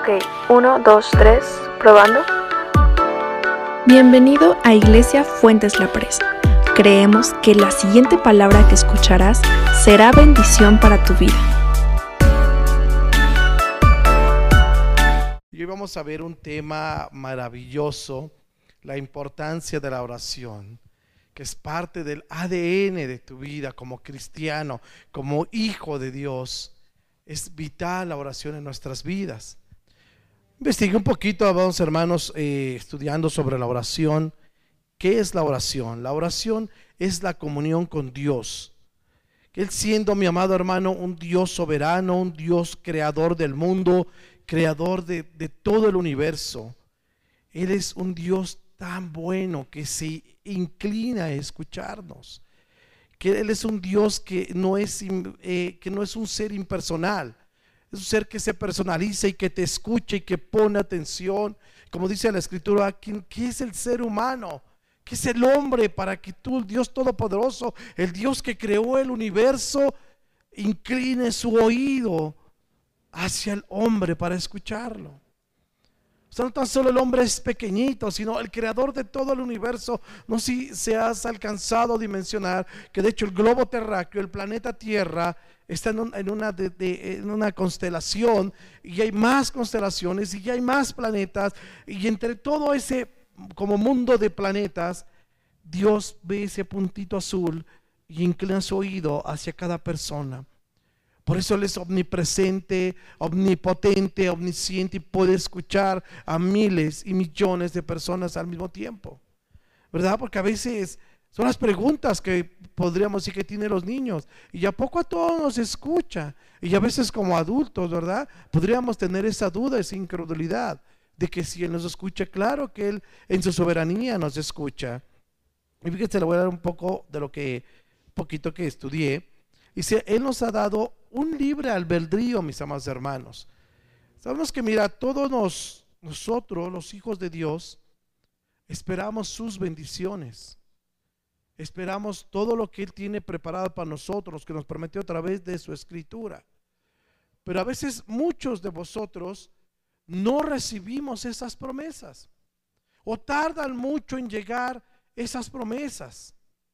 Ok, 1, 2, 3, probando. Bienvenido a Iglesia Fuentes La Presa. Creemos que la siguiente palabra que escucharás será bendición para tu vida. Y hoy vamos a ver un tema maravilloso, la importancia de la oración, que es parte del ADN de tu vida como cristiano, como hijo de Dios. Es vital la oración en nuestras vidas. Investigué un poquito, vamos hermanos, estudiando sobre la oración. ¿Qué es la oración? La oración es la comunión con Dios. Él siendo, mi amado hermano, un Dios soberano, un Dios creador del mundo, creador de todo el universo. Él es un Dios tan bueno que se inclina a escucharnos. Que Él es un Dios que no es un ser impersonal. Es un ser que se personaliza y que te escucha y que pone atención. Como dice la Escritura, ¿qué es el ser humano? ¿Qué es el hombre para que tú, el Dios Todopoderoso, el Dios que creó el universo, incline su oído hacia el hombre para escucharlo? O sea, no tan solo el hombre es pequeñito, sino el creador de todo el universo. No sé si se has alcanzado a dimensionar que de hecho el globo terráqueo, el planeta Tierra, está en una constelación, y hay más constelaciones y hay más planetas, y entre todo ese como mundo de planetas, Dios ve ese puntito azul y inclina su oído hacia cada persona. Por eso Él es omnipresente, omnipotente, omnisciente, y puede escuchar a miles y millones de personas al mismo tiempo, ¿verdad? Porque a veces son las preguntas que podríamos decir que tienen los niños, y a poco a todos nos escucha, y a veces como adultos, ¿verdad? Podríamos tener esa duda, esa incredulidad de que si Él nos escucha, claro que Él en su soberanía nos escucha. Y fíjense, le voy a dar un poquito que estudié. Dice, Él nos ha dado un libre albedrío, mis amados hermanos. Sabemos que, mira, nosotros, los hijos de Dios, esperamos sus bendiciones. Esperamos todo lo que Él tiene preparado para nosotros, que nos prometió a través de su Escritura. Pero a veces muchos de vosotros no recibimos esas promesas, o tardan mucho en llegar esas promesas.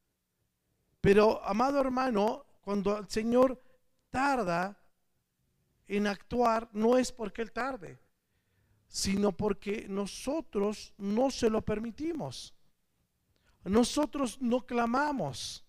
Pero, amado hermano, cuando el Señor tarda en actuar, no es porque Él tarde, sino porque nosotros no se lo permitimos. Nosotros no clamamos.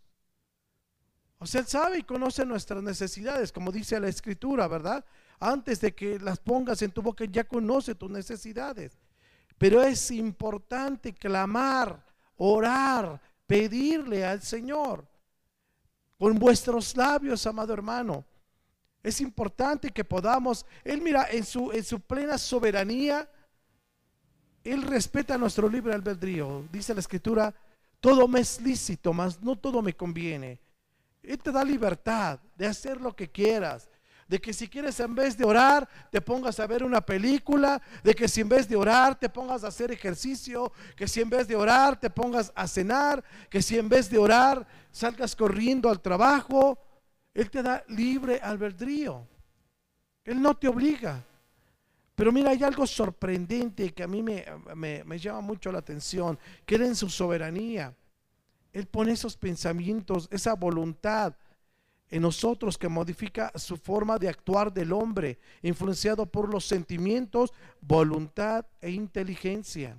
O sea, Él sabe y conoce nuestras necesidades, como dice la Escritura, ¿verdad? Antes de que las pongas en tu boca, ya conoce tus necesidades. Pero es importante clamar, orar, pedirle al Señor con vuestros labios, amado hermano. Es importante que podamos, Él mira, en su plena soberanía, Él respeta nuestro libre albedrío. Dice la Escritura, todo me es lícito, mas no todo me conviene. Él te da libertad de hacer lo que quieras. De que si quieres, en vez de orar, te pongas a ver una película. De que si en vez de orar te pongas a hacer ejercicio. Que si en vez de orar te pongas a cenar. Que si en vez de orar salgas corriendo al trabajo. Él te da libre albedrío. Él no te obliga. Pero mira, hay algo sorprendente que a mí me llama mucho la atención. Que Él en su soberanía, Él pone esos pensamientos, esa voluntad en nosotros, que modifica su forma de actuar del hombre, influenciado por los sentimientos, voluntad e inteligencia.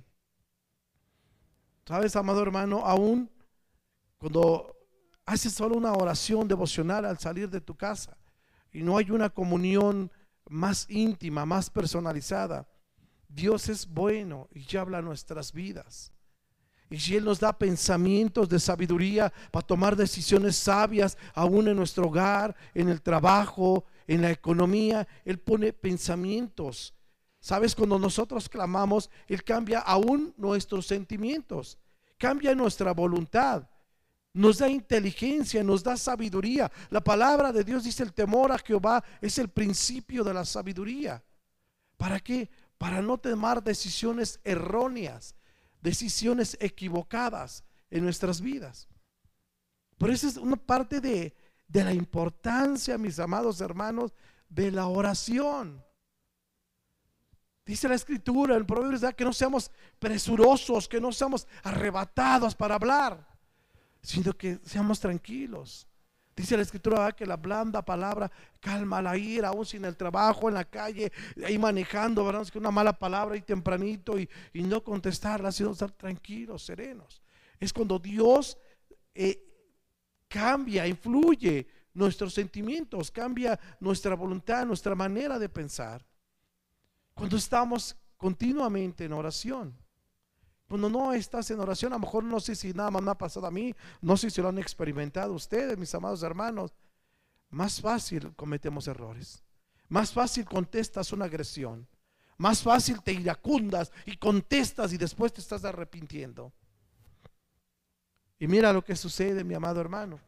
¿Sabes, amado hermano? Aún cuando haces solo una oración devocional al salir de tu casa y no hay una comunión más íntima, más personalizada, Dios es bueno y ya habla nuestras vidas. Y si Él nos da pensamientos de sabiduría para tomar decisiones sabias, aún en nuestro hogar, en el trabajo, en la economía, Él pone pensamientos. ¿Sabes? Cuando nosotros clamamos, Él cambia aún nuestros sentimientos, cambia nuestra voluntad, nos da inteligencia, nos da sabiduría. La palabra de Dios dice, el temor a Jehová es el principio de la sabiduría. ¿Para qué? Para no tomar decisiones erróneas, decisiones equivocadas en nuestras vidas. Por eso es una parte de la importancia, mis amados hermanos, de la oración. Dice la Escritura en Proverbios, ¿verdad?, que no seamos presurosos, que no seamos arrebatados para hablar, sino que seamos tranquilos. Dice la Escritura, ¿verdad?, que la blanda palabra calma la ira, aún sin el trabajo, en la calle, ahí manejando, ¿verdad?, es que una mala palabra ahí tempranito y no contestarla, sino estar tranquilos, serenos. Es cuando Dios cambia, influye nuestros sentimientos, cambia nuestra voluntad, nuestra manera de pensar. Cuando estamos continuamente en oración. Cuando no estás en oración, a lo mejor no sé si nada más me ha pasado a mí, no sé si lo han experimentado ustedes, mis amados hermanos. Más fácil cometemos errores, más fácil contestas una agresión, más fácil te iracundas y contestas y después te estás arrepintiendo. Y mira lo que sucede, mi amado hermano.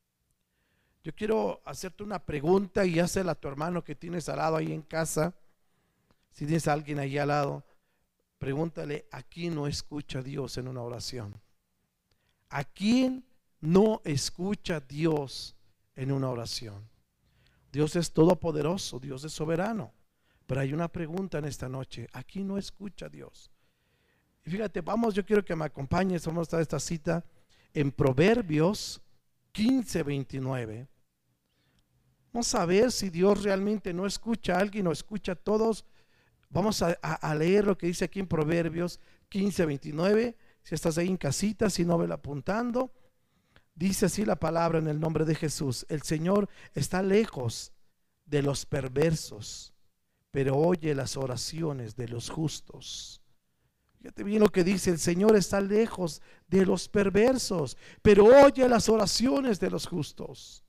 Yo quiero hacerte una pregunta y hazla a tu hermano que tienes al lado ahí en casa. Si tienes a alguien ahí al lado, pregúntale: ¿a quién no escucha Dios en una oración? ¿A quién no escucha Dios en una oración? Dios es todopoderoso, Dios es soberano, pero hay una pregunta en esta noche: ¿a quién no escucha Dios? Y fíjate, yo quiero que me acompañes. Vamos a estar esta cita en Proverbios 15:29. Vamos a ver si Dios realmente no escucha a alguien o escucha a todos. Vamos a leer lo que dice aquí en Proverbios 15:29. Si estás ahí en casita, si no, vela apuntando. Dice así la palabra en el nombre de Jesús: el Señor está lejos de los perversos, pero oye las oraciones de los justos. Fíjate bien lo que dice: el Señor está lejos de los perversos, pero oye las oraciones de los justos.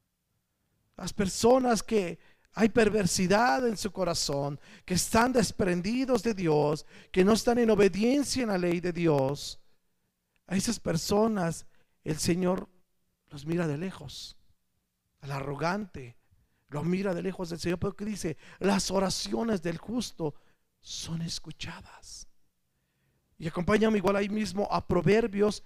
Las personas que hay perversidad en su corazón, que están desprendidos de Dios, que no están en obediencia en la ley de Dios, a esas personas el Señor los mira de lejos. Al arrogante lo mira de lejos del Señor, porque dice: las oraciones del justo son escuchadas. Y acompáñame igual ahí mismo a Proverbios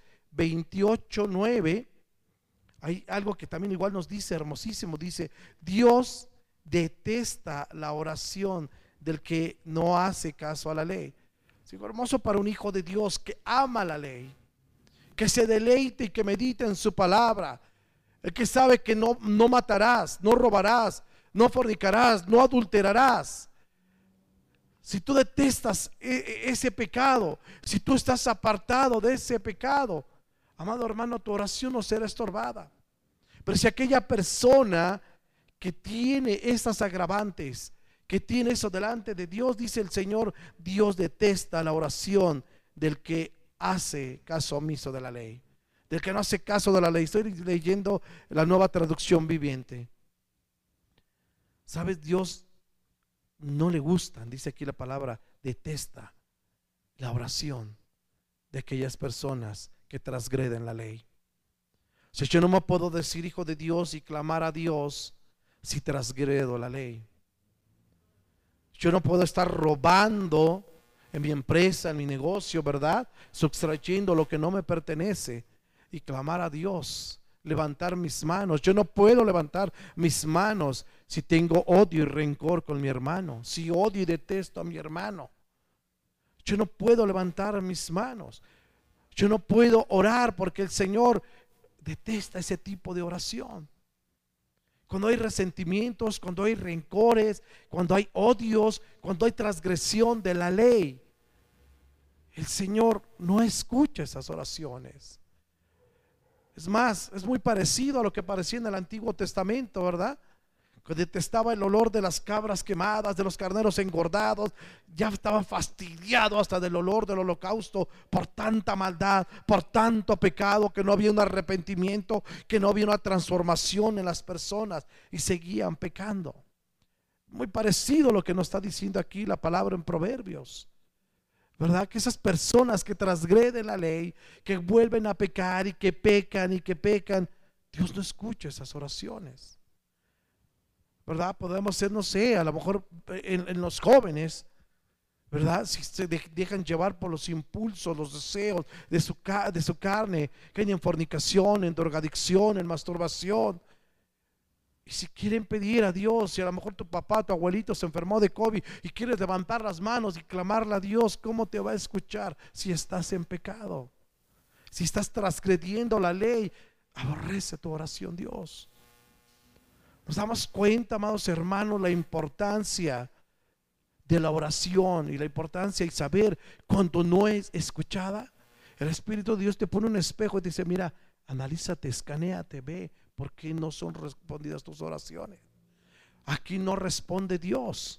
28:9. Hay algo que también igual nos dice hermosísimo. Dice: Dios detesta la oración del que no hace caso a la ley. Es hermoso para un hijo de Dios que ama la ley, que se deleite y que medite en su palabra, el que sabe que no matarás, no robarás, no fornicarás, no adulterarás. Si tú detestas ese pecado, si tú estás apartado de ese pecado, amado hermano, tu oración no será estorbada. Pero si aquella persona que tiene estas agravantes, que tiene eso delante de Dios, dice el Señor: Dios detesta la oración del que hace caso omiso de la ley, del que no hace caso de la ley. Estoy leyendo la Nueva Traducción Viviente. ¿Sabes? Dios no le gustan, dice aquí la palabra, detesta la oración de aquellas personas que transgreden la ley. O sea, yo no me puedo decir hijo de Dios y clamar a Dios si transgredo la ley. Yo no puedo estar robando en mi empresa, en mi negocio, ¿verdad?, sustrayendo lo que no me pertenece, y clamar a Dios, levantar mis manos. Yo no puedo levantar mis manos si tengo odio y rencor con mi hermano, si odio y detesto a mi hermano. Yo no puedo levantar mis manos. Yo no puedo orar, porque el Señor detesta ese tipo de oración. Cuando hay resentimientos, cuando hay rencores, cuando hay odios, cuando hay transgresión de la ley, el Señor no escucha esas oraciones. Es más, es muy parecido a lo que parecía en el Antiguo Testamento, ¿verdad? Que detestaba el olor de las cabras quemadas, de los carneros engordados. Ya estaba fastidiado hasta del olor del holocausto, por tanta maldad, por tanto pecado, que no había un arrepentimiento, que no había una transformación en las personas, y seguían pecando. Muy parecido a lo que nos está diciendo aquí la palabra en Proverbios, ¿verdad? Que esas personas que transgreden la ley, que vuelven a pecar y que pecan, Dios no escucha esas oraciones, ¿verdad? Podemos ser, no sé, a lo mejor en los jóvenes, ¿verdad? Si se dejan llevar por los impulsos, los deseos de su carne, que hay en fornicación, en drogadicción, en masturbación, Y si quieren pedir a Dios, si a lo mejor tu papá, tu abuelito se enfermó de COVID y quieres levantar las manos y clamarle a Dios, ¿cómo te va a escuchar si estás en pecado? Si estás transgrediendo la ley, aborrece tu oración, Dios. Nos damos cuenta, amados hermanos, la importancia de la oración y la importancia de saber cuando no es escuchada. El Espíritu de Dios te pone un espejo y te dice: mira, analízate, escanéate, ve por qué no son respondidas tus oraciones. Aquí no responde Dios.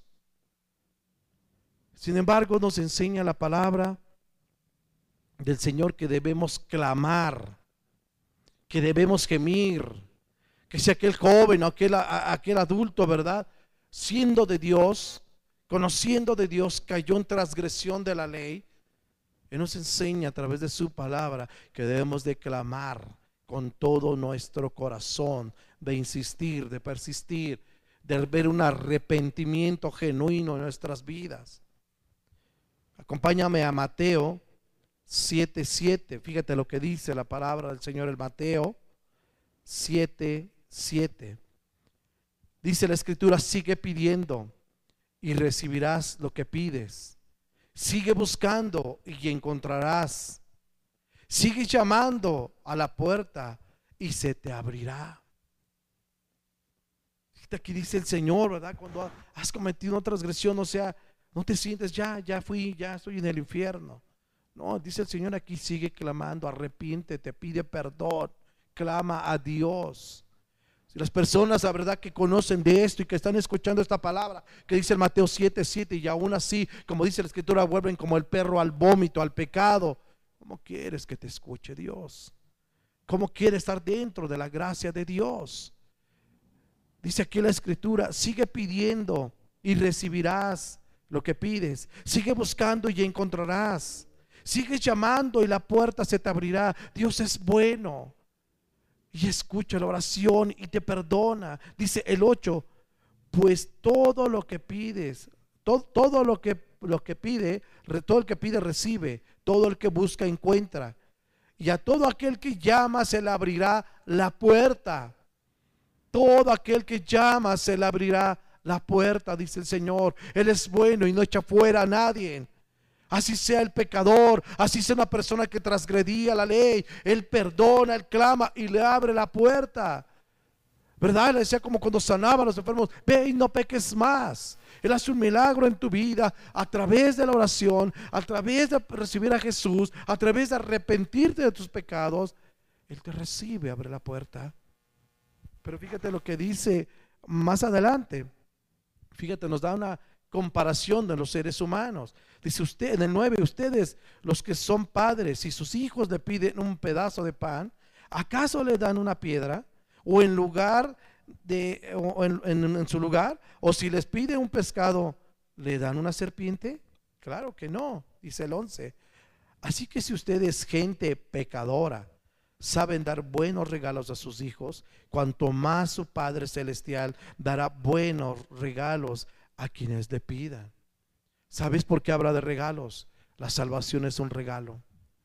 Sin embargo, nos enseña la palabra del Señor que debemos clamar, que debemos gemir, que si aquel joven o aquel adulto, ¿verdad?, siendo de Dios, conociendo de Dios, cayó en transgresión de la ley. Él nos enseña a través de su palabra que debemos de clamar con todo nuestro corazón, de insistir, de persistir, de ver un arrepentimiento genuino en nuestras vidas. Acompáñame a Mateo 7:7. Fíjate lo que dice la palabra del Señor en Mateo 7:7. Dice la Escritura: sigue pidiendo y recibirás lo que pides. Sigue buscando y encontrarás. Sigue llamando a la puerta y se te abrirá. Aquí dice el Señor, ¿verdad? Cuando has cometido una transgresión, o sea, no te sientes ya estoy en el infierno. No, dice el Señor aquí: sigue clamando, arrepiéntete, pide perdón, clama a Dios. Si las personas, la verdad, que conocen de esto y que están escuchando esta palabra que dice el Mateo 7:7, y aún así, como dice la Escritura, vuelven como el perro al vómito, al pecado, ¿cómo quieres que te escuche Dios? ¿Cómo quieres estar dentro de la gracia de Dios? Dice aquí la Escritura: sigue pidiendo y recibirás lo que pides. Sigue buscando y encontrarás. Sigue llamando y la puerta se te abrirá. Dios es bueno y escucha la oración y te perdona. Dice el 8: pues todo lo que pides, todo lo que pide, todo el que pide recibe, todo el que busca encuentra, y a todo aquel que llama se le abrirá la puerta. Todo aquel que llama se le abrirá la puerta, dice el Señor. Él es bueno y no echa fuera a nadie. Así sea el pecador, así sea una persona que transgredía la ley, Él perdona, Él clama y le abre la puerta, ¿verdad? Le decía como cuando sanaba a los enfermos: ve y no peques más. Él hace un milagro en tu vida a través de la oración, a través de recibir a Jesús, a través de arrepentirte de tus pecados. Él te recibe, abre la puerta. Pero fíjate lo que dice más adelante. Fíjate, nos da una comparación de los seres humanos. Dice usted en el 9: ustedes, los que son padres, si sus hijos le piden un pedazo de pan, ¿acaso le dan una piedra? O en lugar de, o en su lugar, o si les pide un pescado, ¿le dan una serpiente? Claro que no, dice el 11. Así que si ustedes, gente pecadora, saben dar buenos regalos a sus hijos, cuanto más su Padre Celestial dará buenos regalos a quienes le pidan. ¿Sabes por qué habla de regalos? La salvación es un regalo.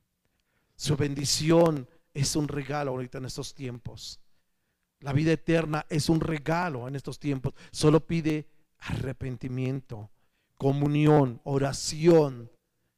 Su bendición es un regalo ahorita en estos tiempos. La vida eterna es un regalo en estos tiempos. Solo pide arrepentimiento, comunión, oración.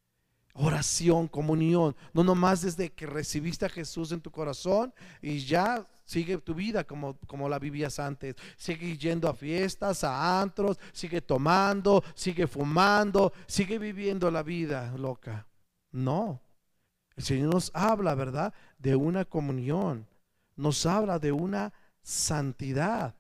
Oración, comunión. No nomás desde que recibiste a Jesús en tu corazón y ya sigue tu vida como la vivías antes. Sigue yendo a fiestas, a antros, sigue tomando, sigue fumando, sigue viviendo la vida loca. No, el Señor nos habla, ¿verdad?, de una comunión. Nos habla de una santidad.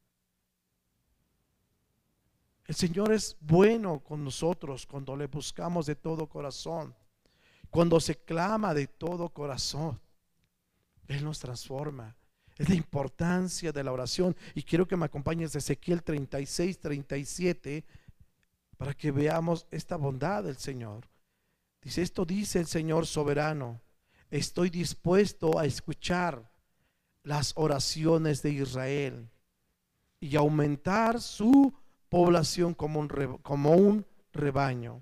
El Señor es bueno con nosotros cuando le buscamos de todo corazón, cuando se clama de todo corazón. Él nos transforma. Es la importancia de la oración. Y quiero que me acompañes a Ezequiel 36:37 para que veamos esta bondad del Señor. Dice: esto dice el Señor soberano: estoy dispuesto a escuchar las oraciones de Israel y aumentar su población como un rebaño.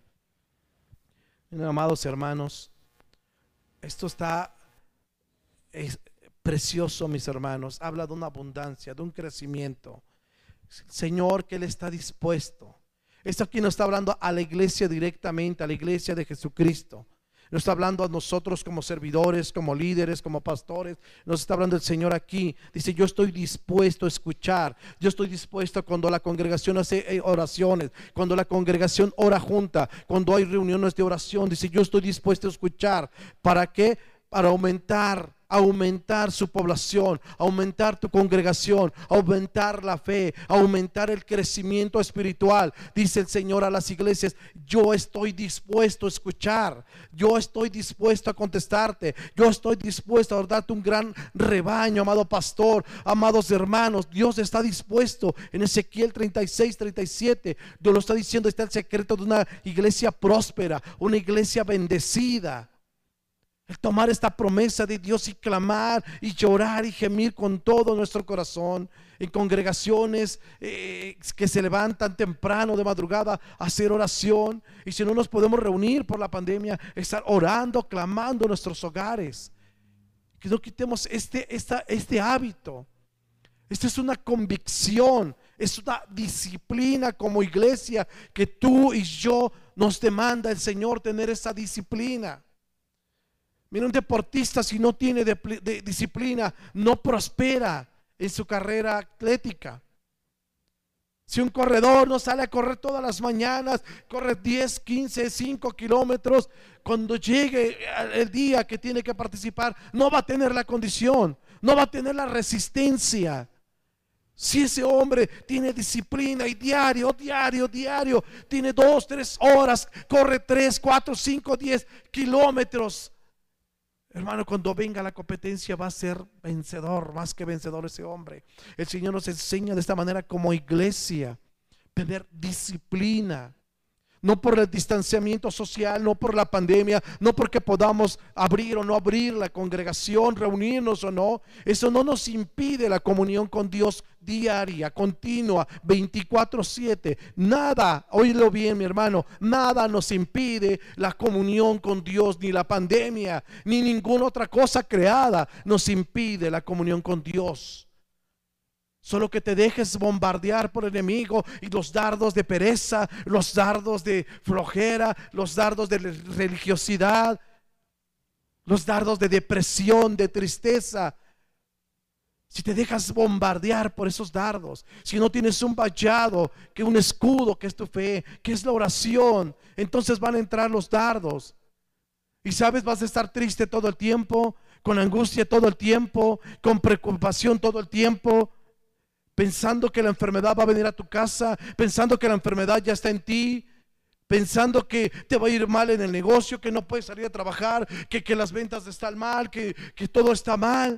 Amados hermanos, esto está precioso, mis hermanos. Habla de una abundancia, de un crecimiento. Señor, que Él está dispuesto. Esto aquí no está hablando a la iglesia directamente, a la iglesia de Jesucristo. No está hablando a nosotros como servidores, como líderes, como pastores. Nos está hablando el Señor aquí. Dice, yo estoy dispuesto a escuchar. Yo estoy dispuesto cuando la congregación hace oraciones, cuando la congregación ora junta, cuando hay reuniones de oración. Dice, yo estoy dispuesto a escuchar. ¿Para qué? Para aumentar su población, aumentar tu congregación, aumentar la fe, aumentar el crecimiento espiritual. Dice el Señor a las iglesias, yo estoy dispuesto a escuchar, yo estoy dispuesto a contestarte, yo estoy dispuesto a darte un gran rebaño, amado pastor, amados hermanos. Dios está dispuesto. En Ezequiel 36:37 Dios lo está diciendo, está el secreto de una iglesia próspera, una iglesia bendecida. El tomar esta promesa de Dios y clamar y llorar y gemir con todo nuestro corazón en congregaciones que se levantan temprano de madrugada a hacer oración. Y si no nos podemos reunir por la pandemia, estar orando, clamando en nuestros hogares. Que no quitemos este hábito. Esta es una convicción, es una disciplina como iglesia que tú y yo nos demanda el Señor tener esa disciplina. Mira, un deportista si no tiene disciplina no prospera en su carrera atlética. Si un corredor no sale a correr todas las mañanas, corre 10, 15, 5 kilómetros, cuando llegue el día que tiene que participar, no va a tener la condición, no va a tener la resistencia. Si ese hombre tiene disciplina y diario, tiene 2, 3 horas, corre 3, 4, 5, 10 kilómetros. Hermano, cuando venga la competencia va a ser vencedor, más que vencedor ese hombre. El Señor nos enseña de esta manera como iglesia, tener disciplina. No por el distanciamiento social, no por la pandemia, no porque podamos abrir o no abrir la congregación, reunirnos o no. Eso no nos impide la comunión con Dios diaria, continua, 24/7. Nada, oílo bien, mi hermano, nada nos impide la comunión con Dios, ni la pandemia, ni ninguna otra cosa creada nos impide la comunión con Dios. Solo que te dejes bombardear por el enemigo y los dardos de pereza, los dardos de flojera, los dardos de religiosidad, los dardos de depresión, de tristeza. Si te dejas bombardear por esos dardos, si no tienes un vallado, que un escudo, que es tu fe, que es la oración, entonces van a entrar los dardos. Y sabes, vas a estar triste todo el tiempo, con angustia todo el tiempo, con preocupación todo el tiempo, pensando que la enfermedad va a venir a tu casa, pensando que la enfermedad ya está en ti, pensando que te va a ir mal en el negocio, que no puedes salir a trabajar, que las ventas están mal, que todo está mal.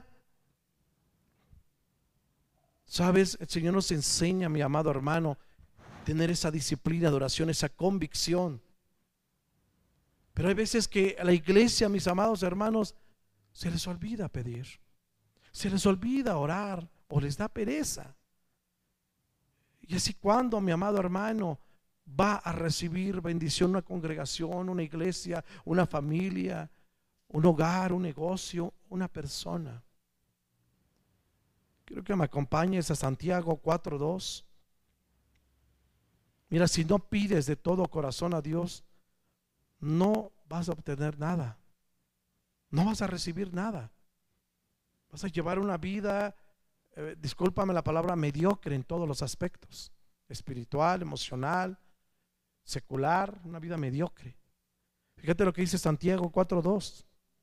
Sabes, el Señor nos enseña, mi amado hermano, tener esa disciplina de oración, esa convicción. Pero hay veces que a la iglesia, mis amados hermanos, se les olvida pedir, se les olvida orar o les da pereza. Y así, cuando, mi amado hermano, va a recibir bendición una congregación, una iglesia, una familia, un hogar, un negocio, una persona? Quiero que me acompañes a Santiago 4:2. Mira, si no pides de todo corazón a Dios, no vas a obtener nada, no vas a recibir nada. Vas a llevar una vida, discúlpame la palabra, mediocre en todos los aspectos, espiritual, emocional, secular, una vida mediocre. Fíjate lo que dice Santiago 4:2.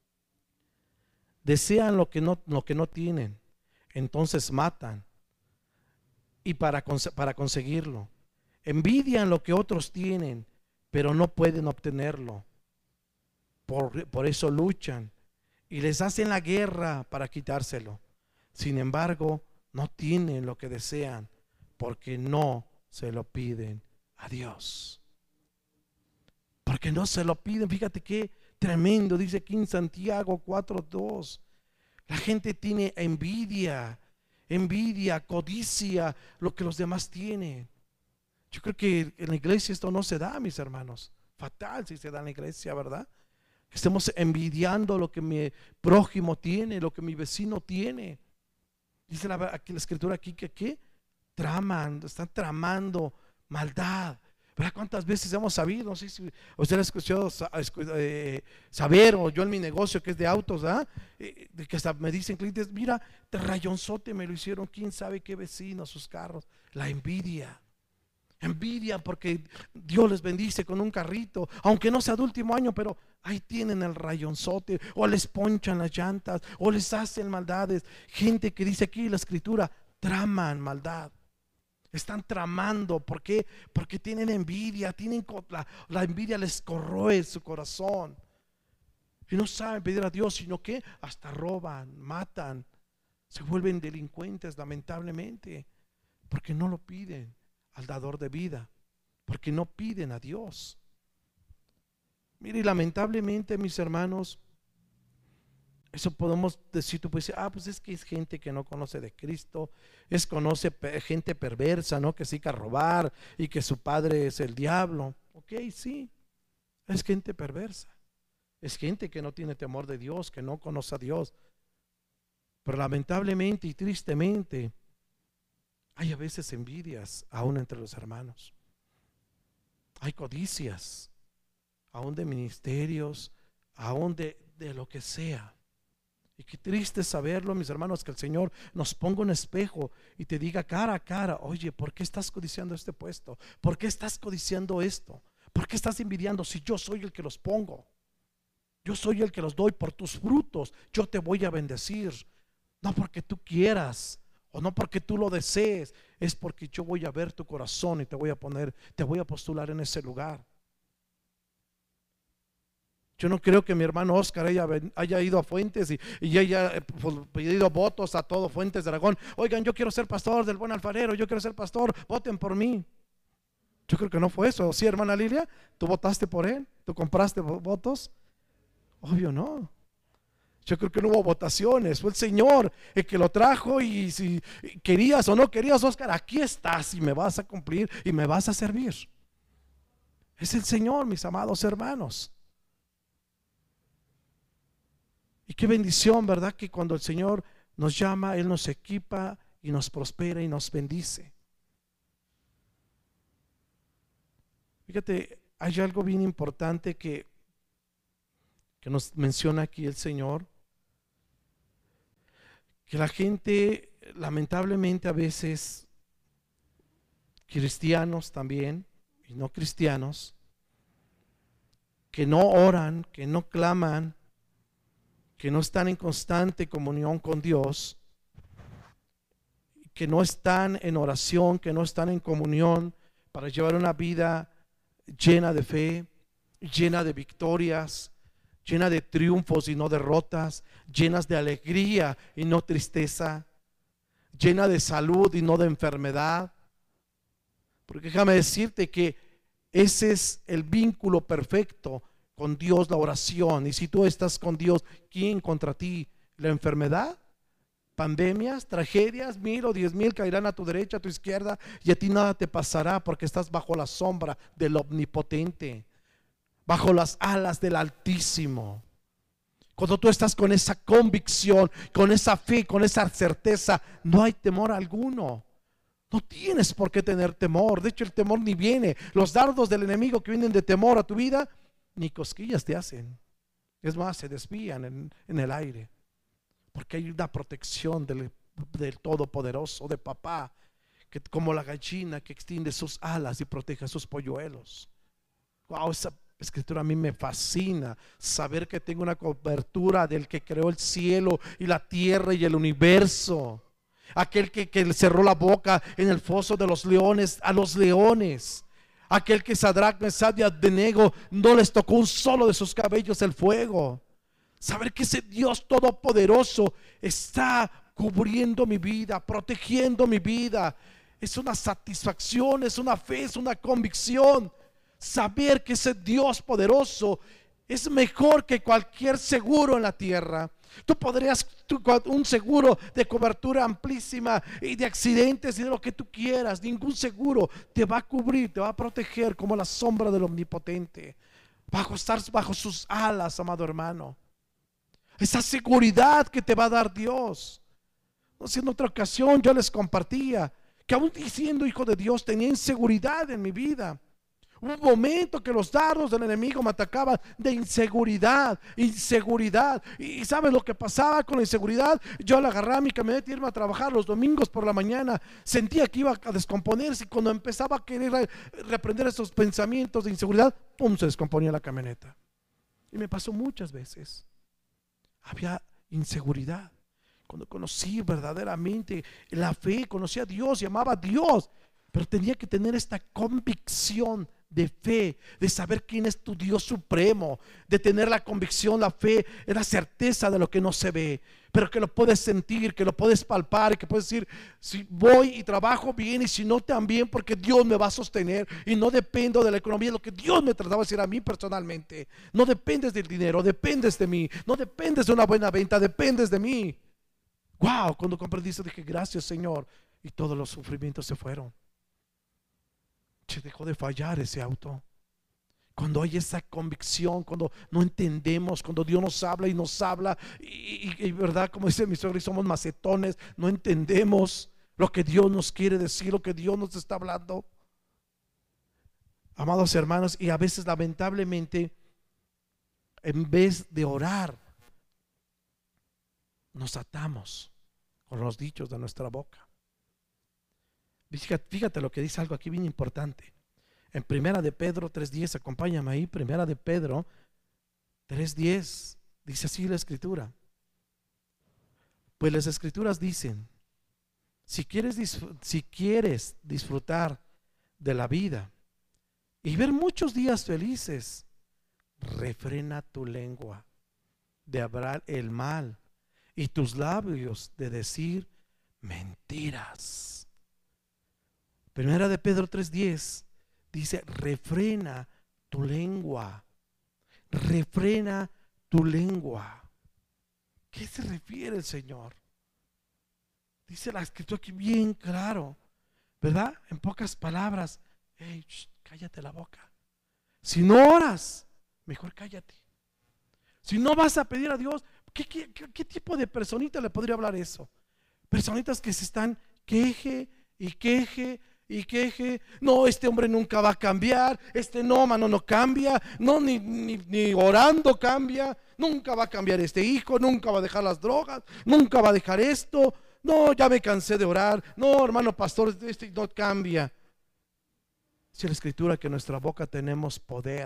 Desean lo que no tienen, entonces matan y para conseguirlo. Envidian lo que otros tienen, pero no pueden obtenerlo. Por eso luchan y les hacen la guerra para quitárselo. Sin embargo, no tienen lo que desean porque no se lo piden a Dios. Porque no se lo piden. Fíjate qué tremendo dice aquí en Santiago 4:2. La gente tiene envidia, codicia lo que los demás tienen. Yo creo que en la iglesia esto no se da, mis hermanos. Fatal si se da en la iglesia, ¿verdad? que estemos envidiando lo que mi prójimo tiene, lo que mi vecino tiene. Dice aquí la escritura aquí que ¿qué? Están tramando maldad. ¿Verdad? ¿Cuántas veces hemos sabido? No sé si usted ha escuchado saber, o yo en mi negocio que es de autos, ¿verdad? De que hasta me dicen clientes, mira, de rayonzote me lo hicieron, quién sabe qué vecinos, sus carros. La envidia. Envidia porque Dios les bendice con un carrito, aunque no sea de último año, pero ahí tienen el rayonzote, o les ponchan las llantas, o les hacen maldades. Gente que dice aquí en la escritura, traman maldad. Están tramando. ¿Por qué? Porque tienen envidia, la envidia les corroe su corazón. Y no saben pedir a Dios, sino que hasta roban, matan, se vuelven delincuentes lamentablemente, porque no lo piden al dador de vida, porque no piden a Dios. Mire, y lamentablemente, mis hermanos, eso podemos decir, tú puedes decir, pues es que es gente que no conoce de Cristo, conoce gente perversa, ¿no? Que se dedica a robar y que su padre es el diablo. Ok, sí, es gente perversa, es gente que no tiene temor de Dios, que no conoce a Dios. Pero lamentablemente y tristemente, hay a veces envidias aún entre los hermanos. Hay codicias, aún de ministerios, aún de lo que sea. Y qué triste saberlo, mis hermanos, que el Señor nos ponga un espejo y te diga cara a cara, oye, ¿por qué estás codiciando este puesto? ¿Por qué estás codiciando esto? ¿Por qué estás envidiando si yo soy el que los pongo? Yo soy el que los doy. Por tus frutos yo te voy a bendecir. No porque tú quieras o no porque tú lo desees, es porque yo voy a ver tu corazón y te voy a postular en ese lugar. Yo no creo que mi hermano Oscar haya ido a Fuentes y haya pedido votos a todo Fuentes de Aragón. Oigan, yo quiero ser pastor del Buen Alfarero, yo quiero ser pastor, voten por mí. Yo creo que no fue eso. ¿Sí, hermana Lilia? ¿Tú votaste por él? ¿Tú compraste votos? Obvio no. Yo creo que no hubo votaciones, fue el Señor el que lo trajo, y si querías o no querías, Oscar, aquí estás y me vas a cumplir y me vas a servir. Es el Señor, mis amados hermanos. Y qué bendición, ¿verdad? Que cuando el Señor nos llama, Él nos equipa y nos prospera y nos bendice. Fíjate, hay algo bien importante que nos menciona aquí el Señor, que la gente lamentablemente a veces, cristianos también y no cristianos, que no oran, que no claman, que no están en constante comunión con Dios, que no están en oración, que no están en comunión para llevar una vida llena de fe, llena de victorias, llena de triunfos y no derrotas, llenas de alegría y no tristeza, llena de salud y no de enfermedad. Porque déjame decirte que ese es el vínculo perfecto con Dios, la oración. Y si tú estás con Dios, ¿quién contra ti? ¿La enfermedad? Pandemias, tragedias, 1000 o 10,000 caerán a tu derecha, a tu izquierda, y a ti nada te pasará, porque estás bajo la sombra del Omnipotente, bajo las alas del Altísimo. Cuando tú estás con esa convicción, con esa fe, con esa certeza, no hay temor alguno. No tienes por qué tener temor. De hecho, el temor ni viene. Los dardos del enemigo que vienen de temor a tu vida, ni cosquillas te hacen. Es más, se desvían en el aire, porque hay una protección del Todopoderoso, de Papá, que como la gallina que extiende sus alas y protege a sus polluelos. Wow, esa escritura a mí me fascina, saber que tengo una cobertura del que creó el cielo y la tierra y el universo, aquel que le cerró la boca en el foso de los leones a los leones, aquel que Sadrach, Mesach y Abednego no les tocó un solo de sus cabellos el fuego. Saber que ese Dios todopoderoso está cubriendo mi vida, protegiendo mi vida, es una satisfacción, es una fe, es una convicción. Saber que ese Dios poderoso es mejor que cualquier seguro en la tierra. Tú podrías, un seguro de cobertura amplísima y de accidentes y de lo que tú quieras, ningún seguro te va a cubrir, te va a proteger como la sombra del Omnipotente. estar bajo sus alas, amado hermano. Esa seguridad que te va a dar Dios. No sé, en otra ocasión yo les compartía que aún siendo hijo de Dios tenía inseguridad en mi vida. Hubo un momento que los dardos del enemigo me atacaban de inseguridad. Y ¿sabes lo que pasaba con la inseguridad? Yo al agarrar mi camioneta y irme a trabajar los domingos por la mañana, sentía que iba a descomponerse, y cuando empezaba a querer reprender esos pensamientos de inseguridad, ¡pum!, se descomponía la camioneta. Y me pasó muchas veces. Había inseguridad. Cuando conocí verdaderamente la fe, conocí a Dios y amaba a Dios, pero tenía que tener esta convicción de fe, de saber quién es tu Dios supremo, de tener la convicción, la fe, es la certeza de lo que no se ve, pero que lo puedes sentir, que lo puedes palpar, y que puedes decir, si voy y trabajo bien, y si no también, porque Dios me va a sostener y no dependo de la economía, lo que Dios me trataba de decir a mí personalmente. No dependes del dinero, dependes de mí. No dependes de una buena venta, dependes de mí. Wow, cuando comprendí eso dije, gracias, Señor, y todos los sufrimientos se fueron. Se dejó de fallar ese auto. Cuando hay esa convicción, cuando no entendemos, cuando Dios nos habla y nos habla, y verdad, como dice mi suegra, y somos macetones, no entendemos lo que Dios nos quiere decir, lo que Dios nos está hablando. Amados hermanos, y a veces lamentablemente, en vez de orar, nos atamos con los dichos de nuestra boca. Fíjate lo que dice algo aquí bien importante. En Primera de Pedro 3:10, acompáñame ahí, Primera de Pedro 3:10, dice así la escritura. Pues las escrituras dicen, si quieres disfrutar de la vida y ver muchos días felices, refrena tu lengua de hablar el mal y tus labios de decir mentiras. Primera de Pedro 3:10 dice, refrena tu lengua. Refrena tu lengua. ¿Qué se refiere el Señor? Dice la escritura aquí bien claro, ¿verdad? En pocas palabras, hey, cállate la boca. Si no oras, mejor cállate. Si no vas a pedir a Dios, ¿qué tipo de personita le podría hablar eso? Personitas que se están queje y queje y queje. No, este hombre nunca va a cambiar. Este no, mano, no cambia. No, ni orando cambia. Nunca va a cambiar este hijo. Nunca va a dejar las drogas. Nunca va a dejar esto. No, ya me cansé de orar. No, hermano pastor, este no cambia. Dice la escritura que en nuestra boca tenemos poder.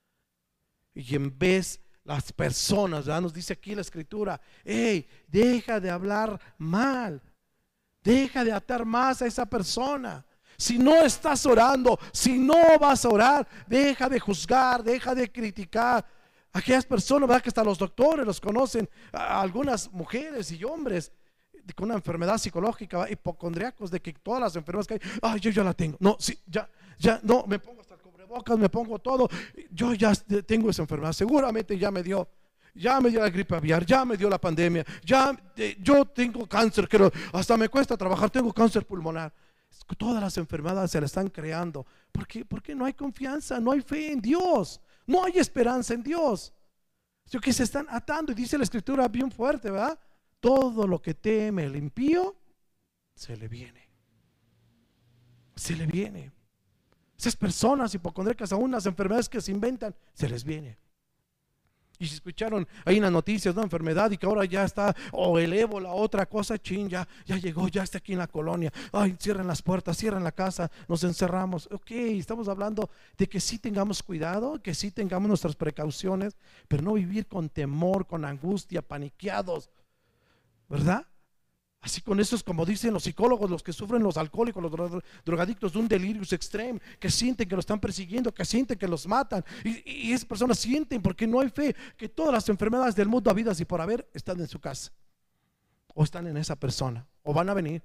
Y en vez las personas, ¿verdad? Nos dice aquí la escritura, hey, deja de hablar mal. Deja de atar más a esa persona. Si no estás orando, si no vas a orar, deja de juzgar, deja de criticar. Aquellas personas, ¿verdad?, que hasta los doctores los conocen, algunas mujeres y hombres con una enfermedad psicológica, hipocondriacos, de que todas las enfermedades que hay, ay, yo ya la tengo. No, sí, ya, no, me pongo hasta el cubrebocas, me pongo todo. Yo ya tengo esa enfermedad, seguramente ya me dio la gripe aviar, ya me dio la pandemia, yo tengo cáncer, hasta me cuesta trabajar, tengo cáncer pulmonar. Todas las enfermedades se le están creando. ¿Por qué? Porque no hay confianza, no hay fe en Dios, no hay esperanza en Dios. Que se están atando, y dice la escritura bien fuerte, ¿verdad? Todo lo que teme el impío se le viene. Se le viene. Esas personas hipocondríacas, aún las enfermedades que se inventan, se les viene. Y si escucharon ahí en las noticias, ¿no?, enfermedad, y que ahora ya está, o el ébola, otra cosa, ya llegó, ya está aquí en la colonia. Ay, cierren las puertas, cierren la casa, nos encerramos. Ok, estamos hablando de que sí tengamos cuidado, que sí tengamos nuestras precauciones, pero no vivir con temor, con angustia, paniqueados, ¿verdad? Así con esos, como dicen los psicólogos, los que sufren, los alcohólicos, los drogadictos, de un delirio extremo, que sienten que lo están persiguiendo, que sienten que los matan, y esas personas sienten, porque no hay fe, que todas las enfermedades del mundo habidas y por haber están en su casa, o están en esa persona, o van a venir.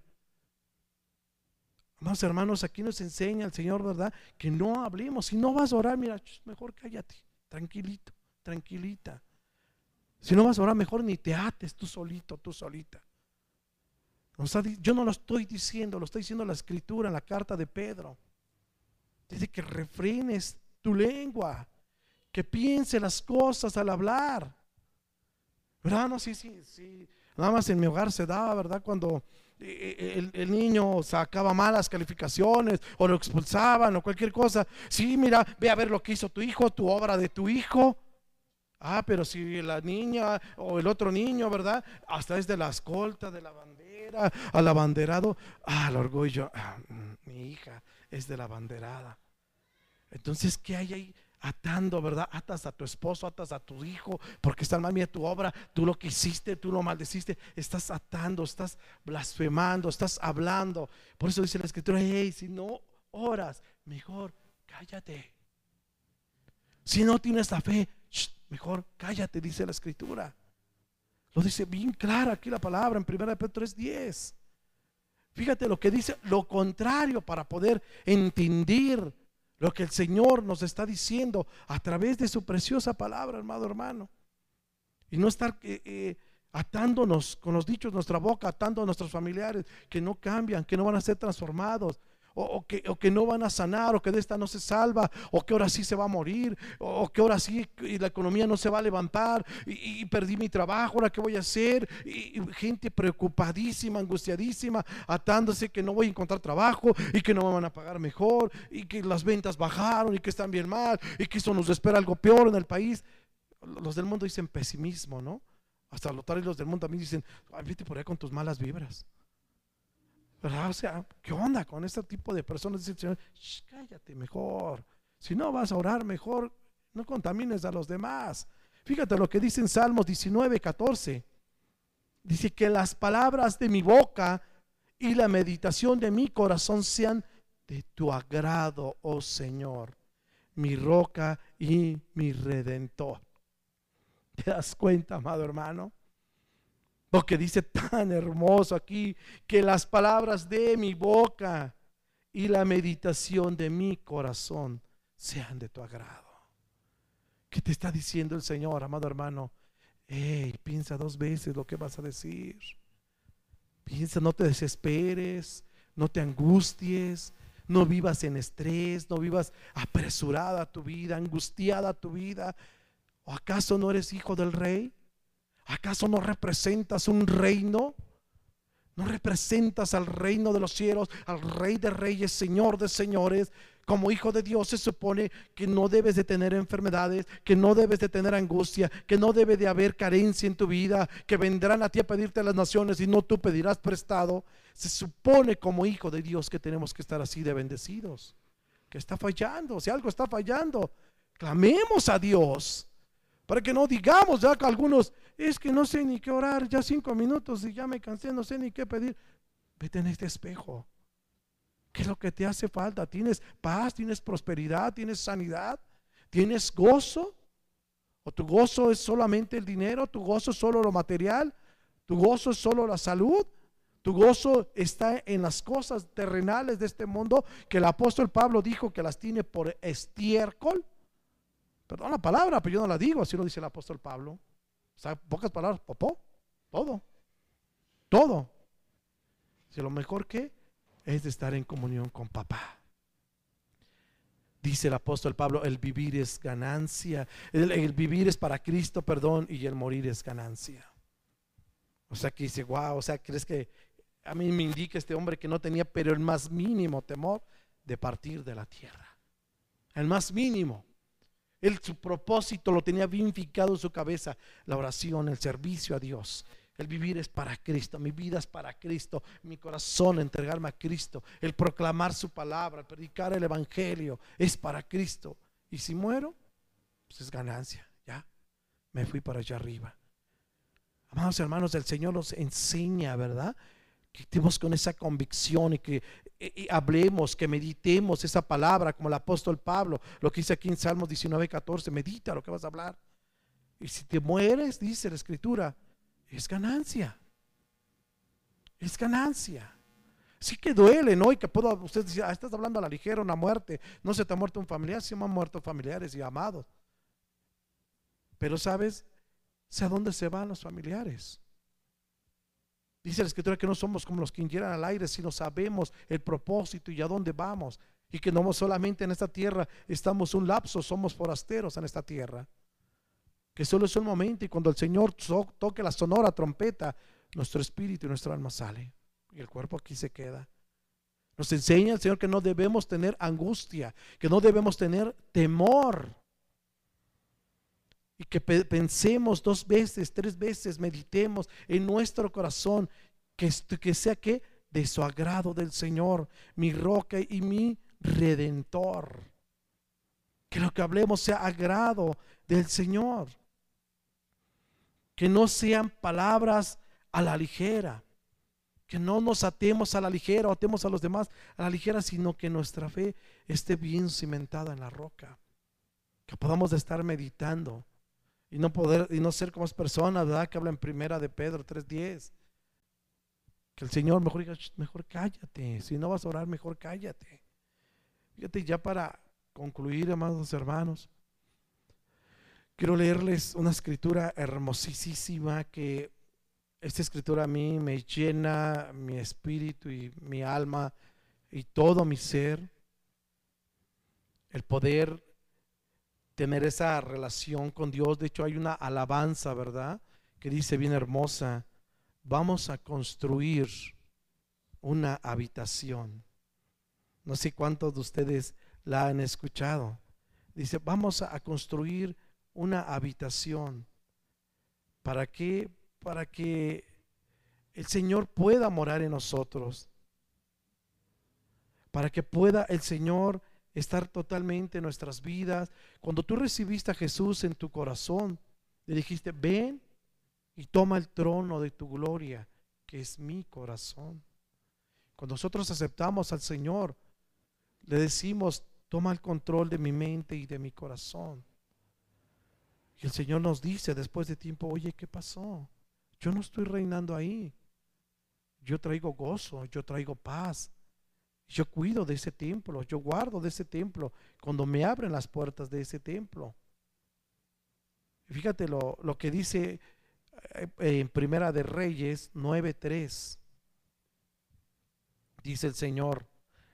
Amados hermanos, aquí nos enseña el Señor, ¿verdad?, que no hablemos. Si no vas a orar, mira, mejor cállate, tranquilito, tranquilita. Si no vas a orar, mejor ni te ates tú solito, tú solita. Yo no lo estoy diciendo, lo está diciendo la escritura en la carta de Pedro. Dice que refrenes tu lengua, que piense las cosas al hablar. ¿Verdad? No, sí. Nada más en mi hogar se daba, ¿verdad? Cuando el niño sacaba malas calificaciones o lo expulsaban o cualquier cosa. Sí, mira, ve a ver lo que hizo tu hijo, tu obra de tu hijo. Ah, pero si la niña o el otro niño, ¿verdad? Hasta es de la escolta, de la bandera, al abanderado. Ah, el orgullo. Mi hija es de la banderada. Entonces, ¿qué hay ahí? Atando, ¿verdad? Atas a tu esposo, atas a tu hijo, porque está mal, mía tu obra, tú lo que hiciste, tú lo maldeciste, estás atando, estás blasfemando, estás hablando. Por eso dice la escritura, hey, si no oras, mejor cállate. Si no tienes la fe, mejor cállate, dice la escritura. Lo dice bien clara aquí la palabra en 1 Pedro 3:10. Fíjate lo que dice, lo contrario, para poder entender lo que el Señor nos está diciendo a través de su preciosa palabra, hermano. Y no estar atándonos con los dichos de nuestra boca, atando a nuestros familiares que no cambian, que no van a ser transformados, o que no van a sanar, o que de esta no se salva, o que ahora sí se va a morir, o que ahora sí y la economía no se va a levantar, y perdí mi trabajo, ahora qué voy a hacer, y gente preocupadísima, angustiadísima, atándose que no voy a encontrar trabajo, y que no me van a pagar mejor, y que las ventas bajaron, y que están bien mal, y que eso nos espera algo peor en el país. Los del mundo dicen pesimismo, ¿no? Hasta los del mundo también dicen, ay, vete por ahí con tus malas vibras, ¿verdad? O sea, ¿qué onda con este tipo de personas? Dice el Señor, cállate mejor. Si no vas a orar, mejor no contamines a los demás. Fíjate lo que dice en Salmos 19:14. Dice que las palabras de mi boca y la meditación de mi corazón sean de tu agrado, oh Señor, mi roca y mi redentor. ¿Te das cuenta, amado hermano? Lo que dice tan hermoso aquí, que las palabras de mi boca y la meditación de mi corazón sean de tu agrado. ¿Qué te está diciendo el Señor, amado hermano? Hey, piensa 2 veces lo que vas a decir. Piensa, no te desesperes, no te angusties, no vivas en estrés, no vivas apresurada tu vida, angustiada tu vida. ¿O acaso no eres hijo del rey? ¿Acaso no representas un reino? ¿No representas al reino de los cielos, al Rey de reyes, Señor de señores? Como hijo de Dios se supone que no debes de tener enfermedades, que no debes de tener angustia, que no debe de haber carencia en tu vida, que vendrán a ti a pedirte a las naciones y no tú pedirás prestado. Se supone como hijo de Dios que tenemos que estar así de bendecidos. ¿Qué está fallando? Si algo está fallando, clamemos a Dios. Para que no digamos ya que algunos, es que no sé ni qué orar, ya 5 minutos y ya me cansé, no sé ni qué pedir. Vete en este espejo. ¿Qué es lo que te hace falta? ¿Tienes paz? ¿Tienes prosperidad? ¿Tienes sanidad? ¿Tienes gozo? ¿O tu gozo es solamente el dinero? ¿Tu gozo es solo lo material? ¿Tu gozo es solo la salud? ¿Tu gozo está en las cosas terrenales de este mundo que el apóstol Pablo dijo que las tiene por estiércol? Perdón la palabra, pero yo no la digo, así lo dice el apóstol Pablo. O sea, pocas palabras, popó, todo. Si lo mejor que es de estar en comunión con papá. Dice el apóstol Pablo, el vivir es ganancia, el vivir es para Cristo, perdón, y el morir es ganancia. O sea que dice, wow, o sea, ¿crees que a mí me indica este hombre que no tenía pero el más mínimo temor de partir de la tierra? El más mínimo. Su propósito lo tenía bien fijado en su cabeza, la oración, el servicio a Dios. El vivir es para Cristo, mi vida es para Cristo, mi corazón entregarme a Cristo, el proclamar su palabra, el predicar el evangelio es para Cristo. Y si muero, pues es ganancia, ya me fui para allá arriba. Amados hermanos, el Señor nos enseña, ¿verdad? Que estemos con esa convicción y que hablemos, que meditemos esa palabra como el apóstol Pablo, lo que dice aquí en Salmos 19:14, medita lo que vas a hablar. Y si te mueres, dice la escritura, es ganancia. Es ganancia. Sí que duele, ¿no? Y que usted dice, estás hablando a la ligera, una muerte. No se te ha muerto un familiar, sí me han muerto familiares y amados. Pero ¿sabes? ¿A dónde se van los familiares? Dice la escritura que no somos como los que hieren al aire, sino sabemos el propósito y a dónde vamos. y que no solamente en esta tierra estamos un lapso, somos forasteros en esta tierra, que solo es un momento, y cuando el Señor toque la sonora trompeta, nuestro espíritu y nuestra alma sale y el cuerpo aquí se queda. Nos enseña el Señor que no debemos tener angustia, que no debemos tener temor, y que pensemos 2 veces, 3 veces, meditemos en nuestro corazón que sea que de su agrado del Señor, mi roca y mi redentor. Que lo que hablemos sea agrado del Señor, que no sean palabras a la ligera, que no nos atemos a la ligera o atemos a los demás a la ligera, sino que nuestra fe esté bien cimentada en la roca, que podamos estar meditando y no ser como las personas, ¿verdad?, que hablan en Primera de Pedro 3:10, que el Señor mejor diga, mejor cállate, si no vas a orar, mejor cállate. Fíjate, ya para concluir, amados hermanos, quiero leerles una escritura hermosísima, que esta escritura a mí me llena mi espíritu y mi alma y todo mi ser, el poder tener esa relación con Dios. De hecho, hay una alabanza, ¿verdad?, que dice bien hermosa: vamos a construir una habitación. No sé cuántos de ustedes la han escuchado. Dice, vamos a construir una habitación. ¿Para qué? Para que el Señor pueda morar en nosotros, para que pueda el Señor estar totalmente en nuestras vidas. Cuando tú recibiste a Jesús en tu corazón, le dijiste, ven y toma el trono de tu gloria, que es mi corazón. Cuando nosotros aceptamos al Señor, le decimos, toma el control de mi mente y de mi corazón. Y el Señor nos dice después de tiempo, oye, ¿qué pasó? Yo no estoy reinando ahí. Yo traigo gozo, yo traigo paz. Yo cuido de ese templo, yo guardo de ese templo cuando me abren las puertas de ese templo. Fíjate lo que dice en Primera de Reyes 9:3. Dice el Señor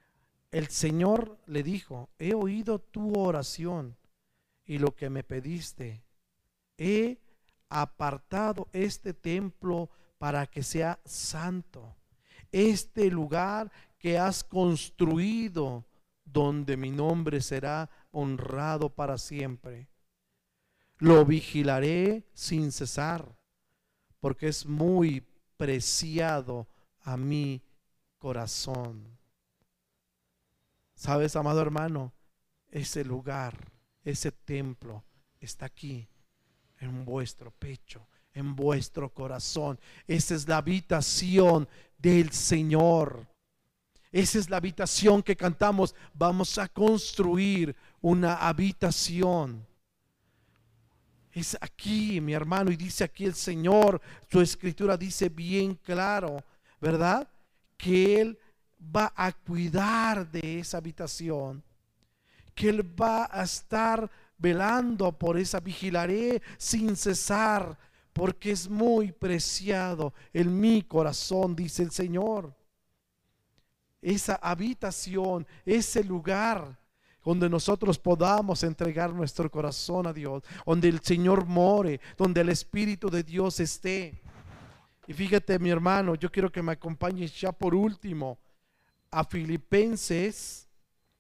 le dijo, he oído tu oración y lo que me pediste. He apartado este templo para que sea santo, este lugar que has construido, donde mi nombre será honrado para siempre. Lo vigilaré sin cesar, porque es muy preciado a mi corazón. ¿Sabes, amado hermano? Ese lugar, ese templo está aquí, en vuestro pecho, en vuestro corazón. Esa es la habitación del Señor. Esa es la habitación que cantamos. Vamos a construir una habitación. Es aquí, mi hermano, y dice aquí el Señor, su escritura dice bien claro, ¿verdad?, que Él va a cuidar de esa habitación, que Él va a estar velando por esa, vigilaré sin cesar, porque es muy preciado en mi corazón, dice el Señor. Esa habitación, ese lugar donde nosotros podamos entregar nuestro corazón a Dios, donde el Señor more, donde el Espíritu de Dios esté. Y fíjate, mi hermano, yo quiero que me acompañes ya por último a Filipenses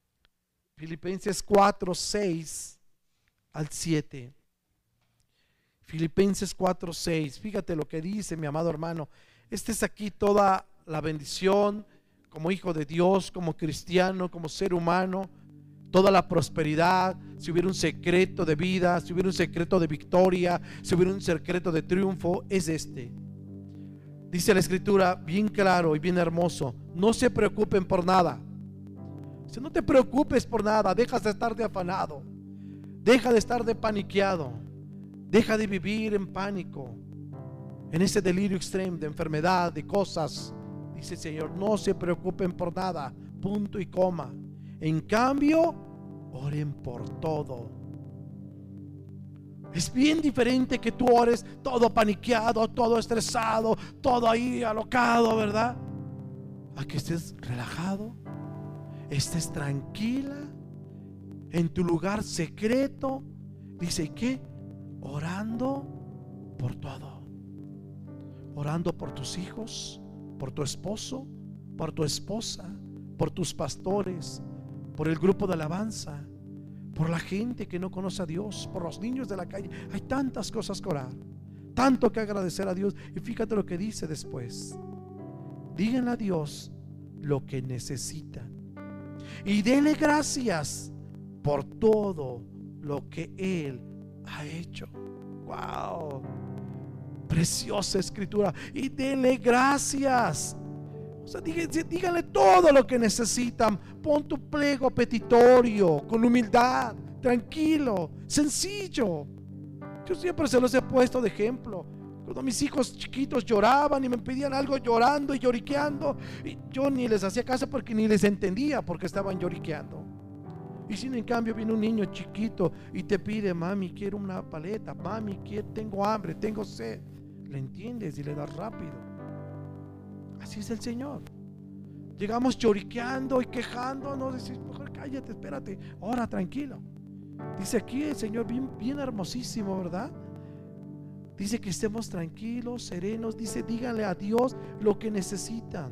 4:6 al 7. Filipenses 4:6. Fíjate lo que dice, mi amado hermano. Esta es aquí toda la bendición como hijo de Dios, como cristiano, como ser humano, toda la prosperidad. Si hubiera un secreto de vida, si hubiera un secreto de victoria, si hubiera un secreto de triunfo, es este. Dice la escritura bien claro y bien hermoso: no se preocupen por nada. Si no te preocupes por nada, dejas de estar de afanado, deja de estar de paniqueado, deja de vivir en pánico, en ese delirio extremo de enfermedad, de cosas. Dice el Señor, no se preocupen por nada, punto y coma. En cambio, oren por todo. Es bien diferente que tú ores todo paniqueado, todo estresado, todo ahí alocado, ¿verdad?, a que estés relajado. estés tranquila en tu lugar secreto. Dice, ¿y qué? Orando por todo. Orando por tus hijos, por tu esposo, por tu esposa, por tus pastores, por el grupo de alabanza, por la gente que no conoce a Dios, por los niños de la calle. Hay tantas cosas que orar, tanto que agradecer a Dios. Y fíjate lo que dice después: díganle a Dios lo que necesitan y denle gracias por todo lo que Él ha hecho. Wow, preciosa escritura. Y denle gracias. O sea, díganle todo lo que necesitan. Pon tu pliego petitorio con humildad, tranquilo, sencillo. Yo siempre se los he puesto de ejemplo. Cuando mis hijos chiquitos lloraban y me pedían algo llorando y lloriqueando, y yo ni les hacía caso porque ni les entendía porque estaban lloriqueando. Y si en cambio viene un niño chiquito y te pide: mami, quiero una paleta, mami, tengo hambre, tengo sed, le entiendes y le das rápido. Así es el Señor. Llegamos lloriqueando y quejándonos, decimos: mejor cállate, espérate, ora tranquilo. Dice aquí el Señor, bien hermosísimo, ¿verdad? Dice que estemos tranquilos, serenos. Dice, díganle a Dios lo que necesitan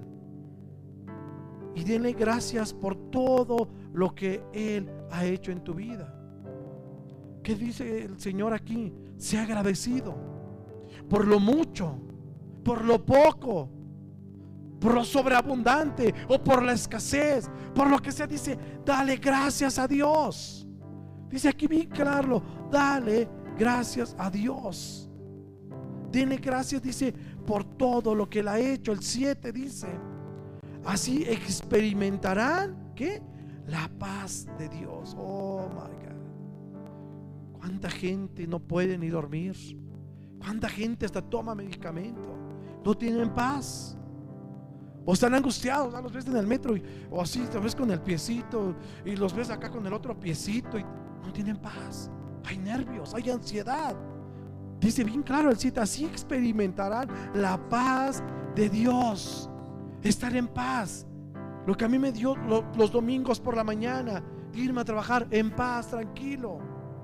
y denle gracias por todo lo que Él ha hecho en tu vida. ¿Qué dice el Señor aquí? Sea agradecido por lo mucho, por lo poco, por lo sobreabundante o por la escasez, por lo que sea. Dice, dale gracias a Dios. Dice aquí bien claro, dale gracias a Dios. Denle gracias, dice, por todo lo que Él ha hecho. El 7 dice, así experimentarán, ¿qué? La paz de Dios. Oh my God. ¿Cuánta gente no puede ni dormir? ¿Cuánta gente hasta toma medicamento? No tienen paz. O están angustiados, ¿no? Los ves en el metro o así, te ves con el piecito y los ves acá con el otro piecito y no tienen paz. Hay nervios, hay ansiedad. Dice bien claro el 7, así experimentarán la paz de Dios. Estar en paz. Lo que a mí me dio los domingos por la mañana, irme a trabajar en paz, tranquilo.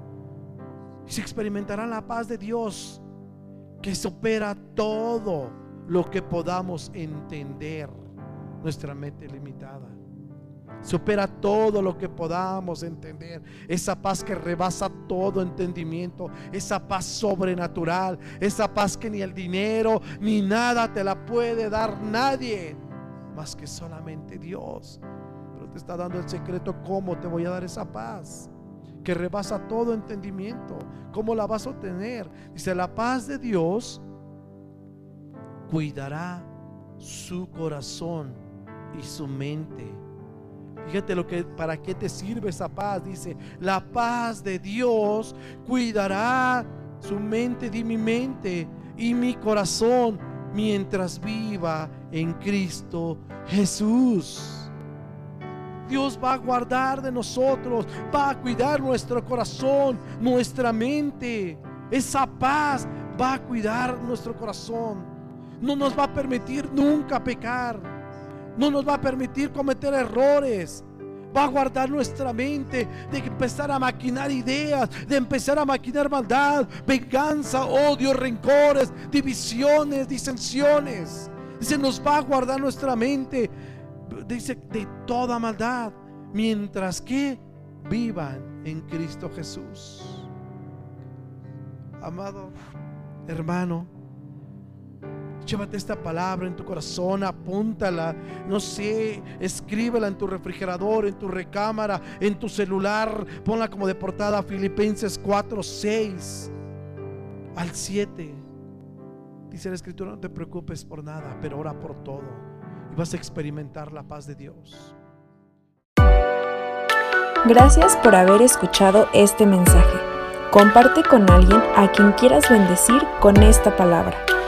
Y se experimentará la paz de Dios, que supera todo lo que podamos entender. Nuestra mente limitada supera todo lo que podamos entender. Esa paz que rebasa todo entendimiento, esa paz sobrenatural, esa paz que ni el dinero ni nada te la puede dar nadie, más que solamente Dios. Pero te está dando el secreto: cómo te voy a dar esa paz que rebasa todo entendimiento. ¿Cómo la vas a obtener? Dice, la paz de Dios cuidará su corazón y su mente. Fíjate para qué te sirve esa paz. Dice, la paz de Dios cuidará su mente, di mi mente y mi corazón, mientras viva en Cristo Jesús. Dios va a guardar de nosotros, va a cuidar nuestro corazón, nuestra mente. Esa paz va a cuidar nuestro corazón. No nos va a permitir nunca pecar. No nos va a permitir cometer errores. Va a guardar nuestra mente de empezar a maquinar ideas, de empezar a maquinar maldad, venganza, odio, rencores, divisiones, disensiones. Dice, nos va a guardar nuestra mente, dice, de toda maldad, mientras que vivan en Cristo Jesús. Amado hermano, llévate esta palabra en tu corazón, apúntala, no sé, escríbela en tu refrigerador, en tu recámara, en tu celular, ponla como de portada. Filipenses 4:6 al 7. Dice la escritura, no te preocupes por nada, pero ora por todo y vas a experimentar la paz de Dios. Gracias por haber escuchado este mensaje. Comparte con alguien a quien quieras bendecir con esta palabra.